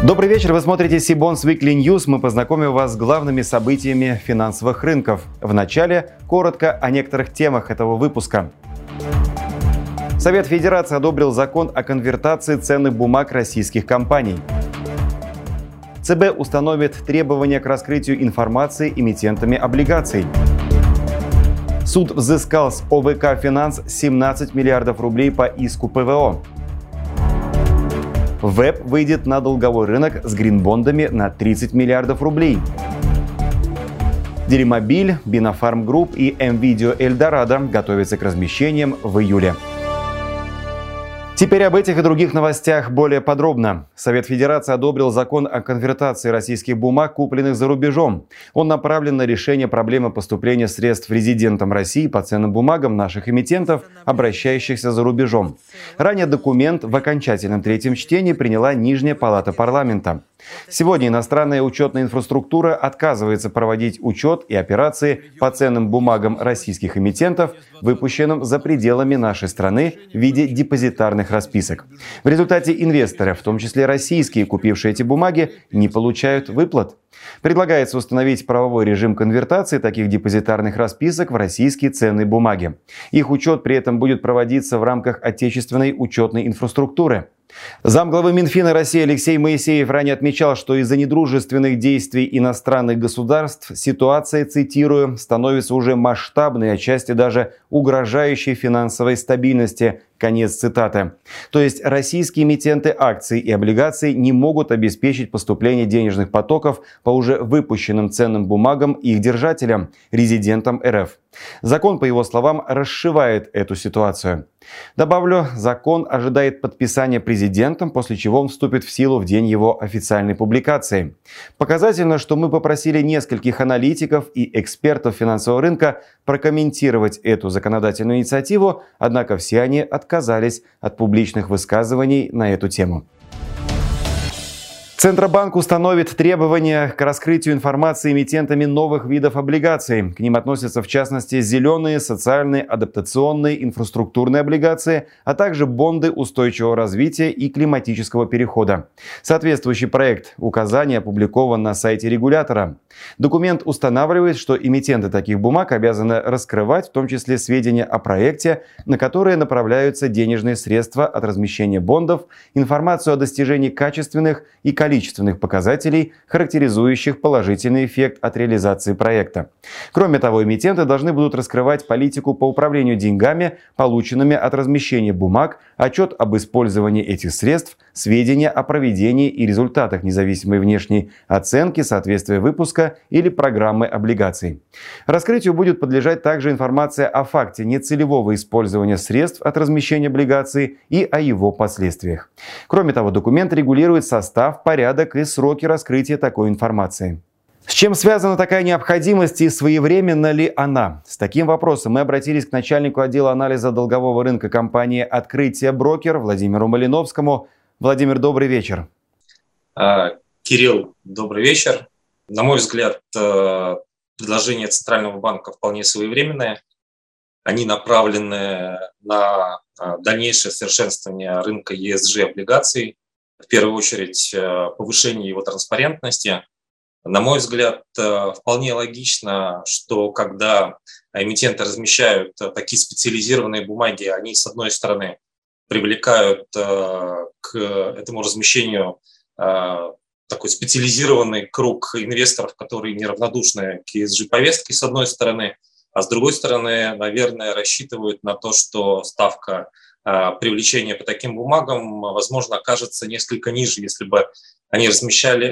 Добрый вечер, вы смотрите Сибонс Weekly News. Мы познакомим вас с главными событиями финансовых рынков. Вначале коротко о некоторых темах этого выпуска. Совет Федерации одобрил закон о конвертации ценных бумаг российских компаний. ЦБ установит требования к раскрытию информации эмитентами облигаций. Суд взыскал с ОВК «Финанс» 17 миллиардов рублей по иску ПВО. ВЭБ выйдет на долговой рынок с гринбондами на 30 миллиардов рублей. Делимобиль, Бинофарм Групп и МВидео Эльдорадо готовятся к размещениям в июле. Теперь об этих и других новостях более подробно. Совет Федерации одобрил закон о конвертации российских бумаг, купленных за рубежом. Он направлен на решение проблемы поступления средств резидентам России по ценным бумагам наших эмитентов, обращающихся за рубежом. Ранее документ в окончательном третьем чтении приняла Нижняя палата парламента. Сегодня иностранная учетная инфраструктура отказывается проводить учет и операции по ценным бумагам российских эмитентов, выпущенным за пределами нашей страны в виде депозитарных расписок. В результате инвесторы, в том числе российские, купившие эти бумаги, не получают выплат. Предлагается установить правовой режим конвертации таких депозитарных расписок в российские ценные бумаги. Их учет при этом будет проводиться в рамках отечественной учетной инфраструктуры. Замглавы Минфина России Алексей Моисеев ранее отмечал, что из-за недружественных действий иностранных государств ситуация, цитирую, становится уже масштабной, отчасти даже угрожающей финансовой стабильности. Конец цитаты. То есть российские эмитенты акций и облигаций не могут обеспечить поступление денежных потоков по уже выпущенным ценным бумагам их держателям, резидентам РФ. Закон, по его словам, расшивает эту ситуацию. Добавлю, закон ожидает подписания президентом, после чего он вступит в силу в день его официальной публикации. Показательно, что мы попросили нескольких аналитиков и экспертов финансового рынка прокомментировать эту законодательную инициативу, однако все они отказались от публичных высказываний на эту тему. Центробанк установит требования к раскрытию информации эмитентами новых видов облигаций. К ним относятся, в частности, зеленые, социальные, адаптационные, инфраструктурные облигации, а также бонды устойчивого развития и климатического перехода. Соответствующий проект указания опубликован на сайте регулятора. Документ устанавливает, что эмитенты таких бумаг обязаны раскрывать в том числе сведения о проекте, на которые направляются денежные средства от размещения бондов, информацию о достижении качественных и количественных показателей, характеризующих положительный эффект от реализации проекта. Кроме того, эмитенты должны будут раскрывать политику по управлению деньгами, полученными от размещения бумаг, отчет об использовании этих средств, сведения о проведении и результатах независимой внешней оценки соответствия выпуска или программы облигаций. Раскрытию будет подлежать также информация о факте нецелевого использования средств от размещения облигаций и о его последствиях. Кроме того, документ регулирует состав, порядок и сроки раскрытия такой информации. С чем связана такая необходимость и своевременно ли она? С таким вопросом мы обратились к начальнику отдела анализа долгового рынка компании «Открытие Брокер» Владимиру Малиновскому. Владимир, добрый вечер. Кирилл, добрый вечер. На мой взгляд, предложения Центрального банка вполне своевременные. Они направлены на дальнейшее совершенствование рынка ESG-облигаций, в первую очередь повышение его транспарентности. На мой взгляд, вполне логично, что когда эмитенты размещают такие специализированные бумаги, они, с одной стороны, привлекают к этому размещению такой специализированный круг инвесторов, которые неравнодушны к ESG-повестке, с одной стороны, а с другой стороны, наверное, рассчитывают на то, что ставка привлечения по таким бумагам, возможно, окажется несколько ниже, если бы они размещали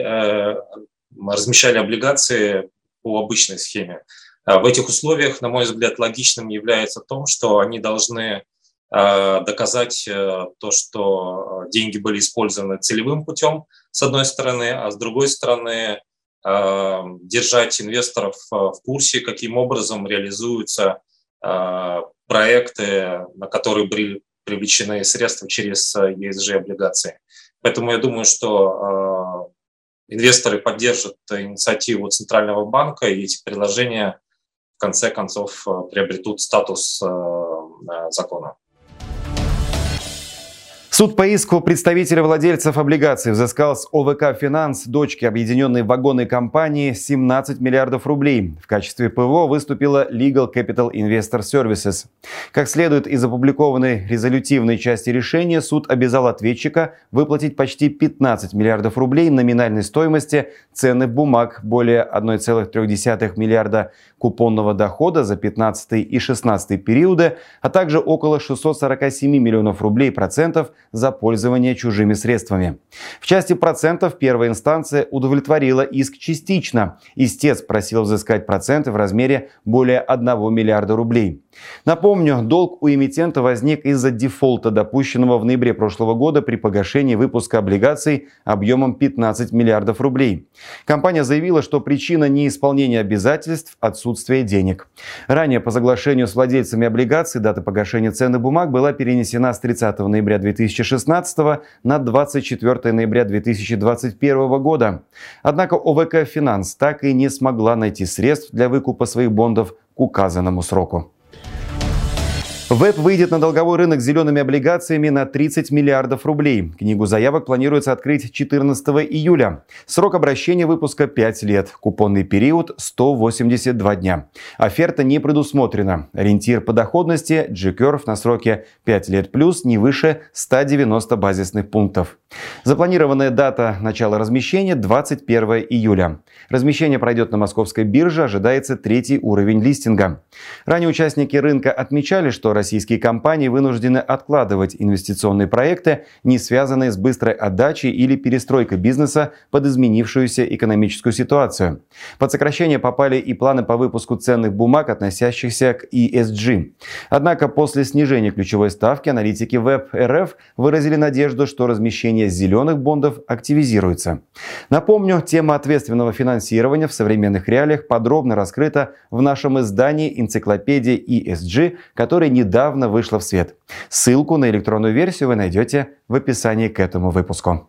облигации по обычной схеме. В этих условиях, на мой взгляд, логичным является то, что они должны доказать то, что деньги были использованы целевым путем, с одной стороны, а с другой стороны, держать инвесторов в курсе, каким образом реализуются проекты, на которые были привлечены средства через ESG-облигации. Поэтому я думаю, что инвесторы поддержат инициативу Центрального банка, и эти предложения в конце концов приобретут статус закона. Суд по иску представителя владельцев облигаций взыскал с ОВК «Финанс», дочки объединенной вагонной компании, 17 миллиардов рублей. В качестве ПВО выступила Legal Capital Investor Services. Как следует из опубликованной резолютивной части решения, суд обязал ответчика выплатить почти 15 миллиардов рублей номинальной стоимости ценных бумаг, более 1,3 миллиарда купонного дохода за 15 и 16 периоды, а также около 647 миллионов рублей процентов за пользование чужими средствами. В части процентов первая инстанция удовлетворила иск частично. Истец просил взыскать проценты в размере более 1 миллиарда рублей. Напомню, долг у эмитента возник из-за дефолта, допущенного в ноябре прошлого года при погашении выпуска облигаций объемом 15 миллиардов рублей. Компания заявила, что причина неисполнения обязательств – отсутствие денег. Ранее по соглашению с владельцами облигаций дата погашения ценных бумаг была перенесена с 30 ноября 2016 на 24 ноября 2021 года. Однако ОВК «Финанс» так и не смогла найти средств для выкупа своих бондов к указанному сроку. ВЭБ выйдет на долговой рынок с зелеными облигациями на 30 миллиардов рублей. Книгу заявок планируется открыть 14 июля. Срок обращения выпуска 5 лет. Купонный период 182 дня. Оферта не предусмотрена. Ориентир по доходности G-Curve на сроке 5 лет плюс не выше 190 базисных пунктов. Запланированная дата начала размещения 21 июля. Размещение пройдет на московской бирже, ожидается 3-й уровень листинга. Ранее участники рынка отмечали, что российские компании вынуждены откладывать инвестиционные проекты, не связанные с быстрой отдачей или перестройкой бизнеса под изменившуюся экономическую ситуацию. Под сокращение попали и планы по выпуску ценных бумаг, относящихся к ESG. Однако после снижения ключевой ставки аналитики ВЭБ РФ выразили надежду, что размещение зеленых бондов активизируется. Напомню, тема ответственного финансирования в современных реалиях подробно раскрыта в нашем издании «Энциклопедия ESG», который недавно вышла в свет. Ссылку на электронную версию вы найдете в описании к этому выпуску.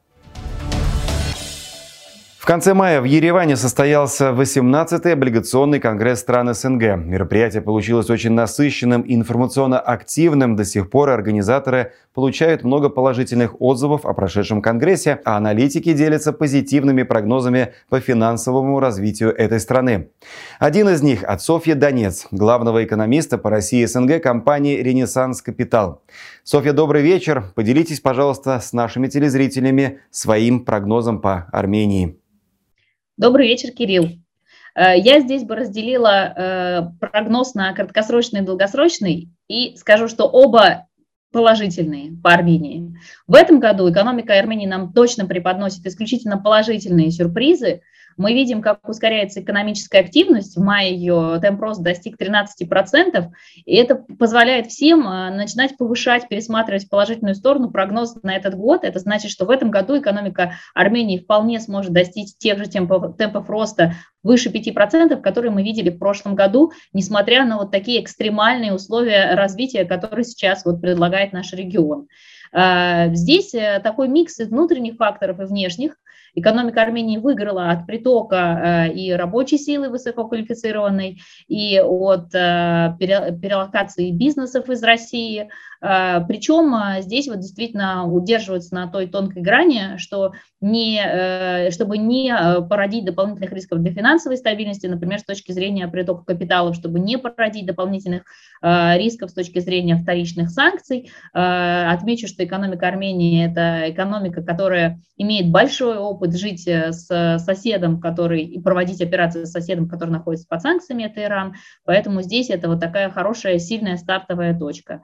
В конце мая в Ереване состоялся 18-й облигационный конгресс стран СНГ. Мероприятие получилось очень насыщенным и информационно активным. До сих пор организаторы получают много положительных отзывов о прошедшем конгрессе, а аналитики делятся позитивными прогнозами по финансовому развитию этой страны. Один из них от Софьи Донец, главного экономиста по России и СНГ компании «Ренессанс Капитал». Софья, добрый вечер. Поделитесь, пожалуйста, с нашими телезрителями своим прогнозом по Армении. Добрый вечер, Кирилл. Я здесь бы разделила прогноз на краткосрочный и долгосрочный и скажу, что оба положительные по Армении. В этом году экономика Армении нам точно преподносит исключительно положительные сюрпризы. Мы видим, как ускоряется экономическая активность. В мае ее темп роста достиг 13%, и это позволяет всем начинать повышать, пересматривать в положительную сторону прогноз на этот год. Это значит, что в этом году экономика Армении вполне сможет достичь тех же темпов роста выше 5%, которые мы видели в прошлом году, несмотря на вот такие экстремальные условия развития, которые сейчас вот предлагает наш регион. Здесь такой микс из внутренних факторов и внешних. Экономика Армении выиграла от притока и рабочей силы высококвалифицированной, и от перелокации бизнесов из России. Причем здесь вот действительно удерживаются на той тонкой грани, что чтобы не породить дополнительных рисков для финансовой стабильности, например, с точки зрения притока капиталов, чтобы не породить дополнительных рисков с точки зрения вторичных санкций. Отмечу, что экономика Армении – это экономика, которая имеет большой опыт жить с соседом, и проводить операции с соседом, который находится под санкциями, это Иран. Поэтому здесь это вот такая хорошая, сильная стартовая точка.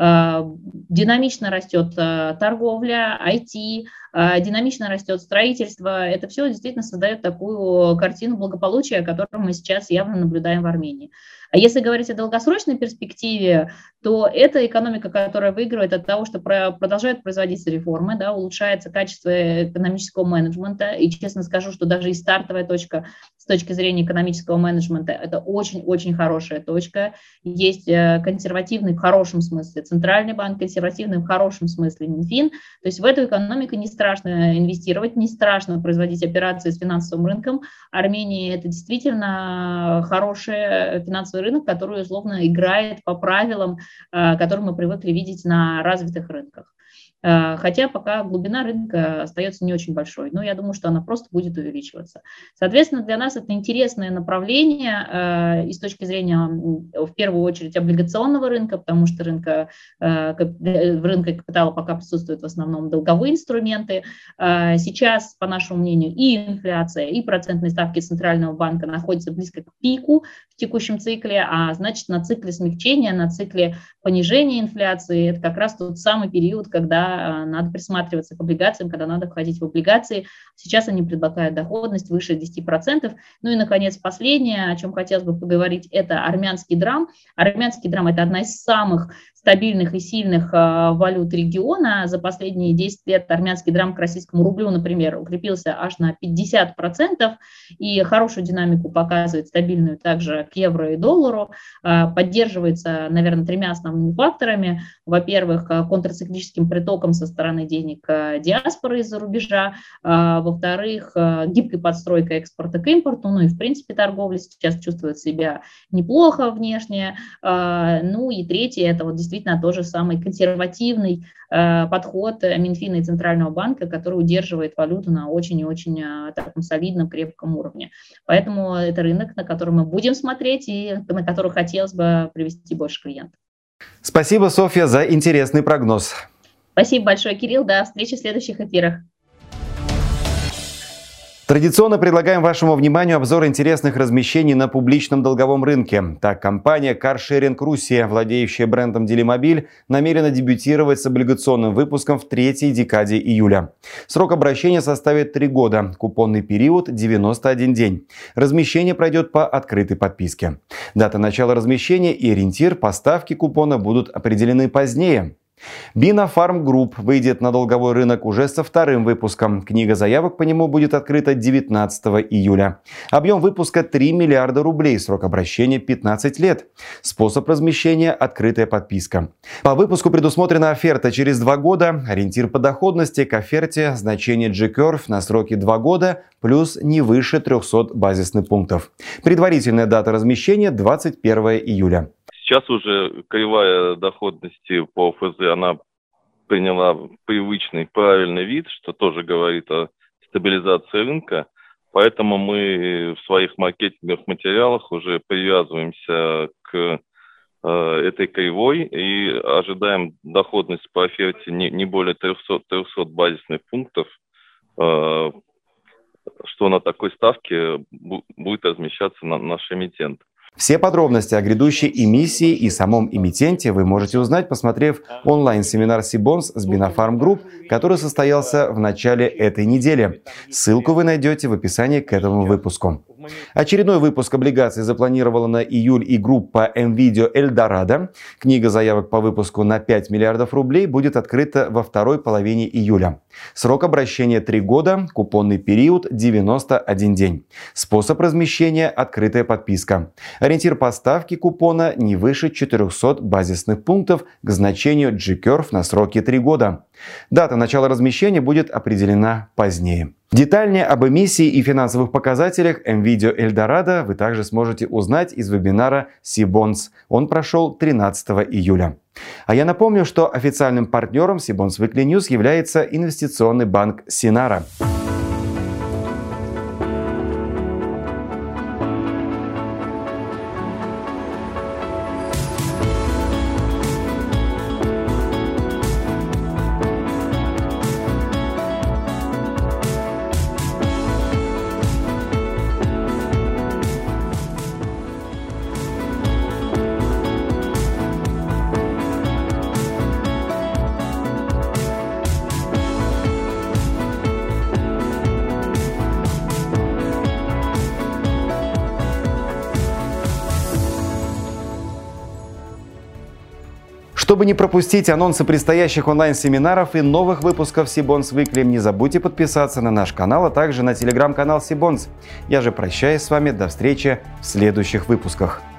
Динамично растет торговля, IT, динамично растет строительство. Это все действительно создает такую картину благополучия, которую мы сейчас явно наблюдаем в Армении. А если говорить о долгосрочной перспективе, то это экономика, которая выигрывает от того, что продолжают производиться реформы, да, улучшается качество экономического менеджмента. И честно скажу, что даже и стартовая точка с точки зрения экономического менеджмента – это очень-очень хорошая точка. Есть консервативный в хорошем смысле Центральный банк, консервативный в хорошем смысле Минфин. То есть в эту экономику не страшно инвестировать, не страшно производить операции с финансовым рынком. Армения – это действительно хороший финансовый рынок, который условно играет по правилам, которые мы привыкли видеть на развитых рынках. хотя пока глубина рынка остается не очень большой, но я думаю, что она просто будет увеличиваться. Соответственно, для нас это интересное направление и с точки зрения, в первую очередь, облигационного рынка, потому что в рынке капитала пока присутствуют в основном долговые инструменты. Сейчас, по нашему мнению, и инфляция, и процентные ставки Центрального банка находятся близко к пику в текущем цикле, а значит, на цикле смягчения, на цикле понижения инфляции, это как раз тот самый период, когда надо присматриваться к облигациям, когда надо входить в облигации. Сейчас они предлагают доходность выше 10%. Ну и, наконец, последнее, о чем хотелось бы поговорить, это армянский драм. Армянский драм – это одна из самых стабильных и сильных валют региона. За последние 10 лет армянский драм к российскому рублю, например, укрепился аж на 50%, и хорошую динамику показывает, стабильную также к евро и доллару. Поддерживается, наверное, тремя основными факторами. Во-первых, контрциклическим притоком со стороны денег диаспоры из-за рубежа. Во-вторых, гибкой подстройкой экспорта к импорту. Ну и, в принципе, торговля сейчас чувствует себя неплохо внешне. Ну и третье, это вот действительно тоже самый консервативный подход Минфина и Центрального банка, который удерживает валюту на очень и очень таком солидном, крепком уровне. Поэтому это рынок, на который мы будем смотреть и на который хотелось бы привести больше клиентов. Спасибо, Софья, за интересный прогноз. Спасибо большое, Кирилл. До встречи в следующих эфирах. Традиционно предлагаем вашему вниманию обзор интересных размещений на публичном долговом рынке. Так, компания Carsharing Russia, владеющая брендом Делимобиль, намерена дебютировать с облигационным выпуском в третьей декаде июля. Срок обращения составит 3 года, купонный период – 91 день. Размещение пройдет по открытой подписке. Дата начала размещения и ориентир поставки купона будут определены позднее. Bina Farm Group выйдет на долговой рынок уже со 2-м выпуском. Книга заявок по нему будет открыта 19 июля. Объем выпуска 3 миллиарда рублей, срок обращения 15 лет. Способ размещения – открытая подписка. По выпуску предусмотрена оферта через 2 года, ориентир по доходности к оферте, значение J-Curve на сроки 2 года, плюс не выше 300 базисных пунктов. Предварительная дата размещения – 21 июля. Сейчас уже кривая доходности по ФЗ, она приняла привычный, правильный вид, что тоже говорит о стабилизации рынка. Поэтому мы в своих маркетинговых материалах уже привязываемся к этой кривой и ожидаем доходность по оферте не более 300 базисных пунктов, что на такой ставке будет размещаться наш эмитент. Все подробности о грядущей эмиссии и самом эмитенте вы можете узнать, посмотрев онлайн-семинар Сибонс с Bina Farm Group, который состоялся в начале этой недели. Ссылку вы найдете в описании к этому выпуску. Очередной выпуск облигаций запланировала на июль и группа МВидео Эльдорадо. Книга заявок по выпуску на 5 миллиардов рублей будет открыта во второй половине июля. Срок обращения 3 года, купонный период 91 день. Способ размещения – открытая подписка. Ориентир поставки купона не выше 400 базисных пунктов к значению J-Curve на сроки 3 года. Дата начала размещения будет определена позднее. Детальнее об эмиссии и финансовых показателях МВидео Эльдорадо вы также сможете узнать из вебинара Сибонс. Он прошел 13 июля. А я напомню, что официальным партнером Сибонс Weekly News является инвестиционный банк Синара. Чтобы не пропустить анонсы предстоящих онлайн-семинаров и новых выпусков Сибонс Weekly, не забудьте подписаться на наш канал, а также на телеграм-канал Сибонс. Я же прощаюсь с вами, до встречи в следующих выпусках.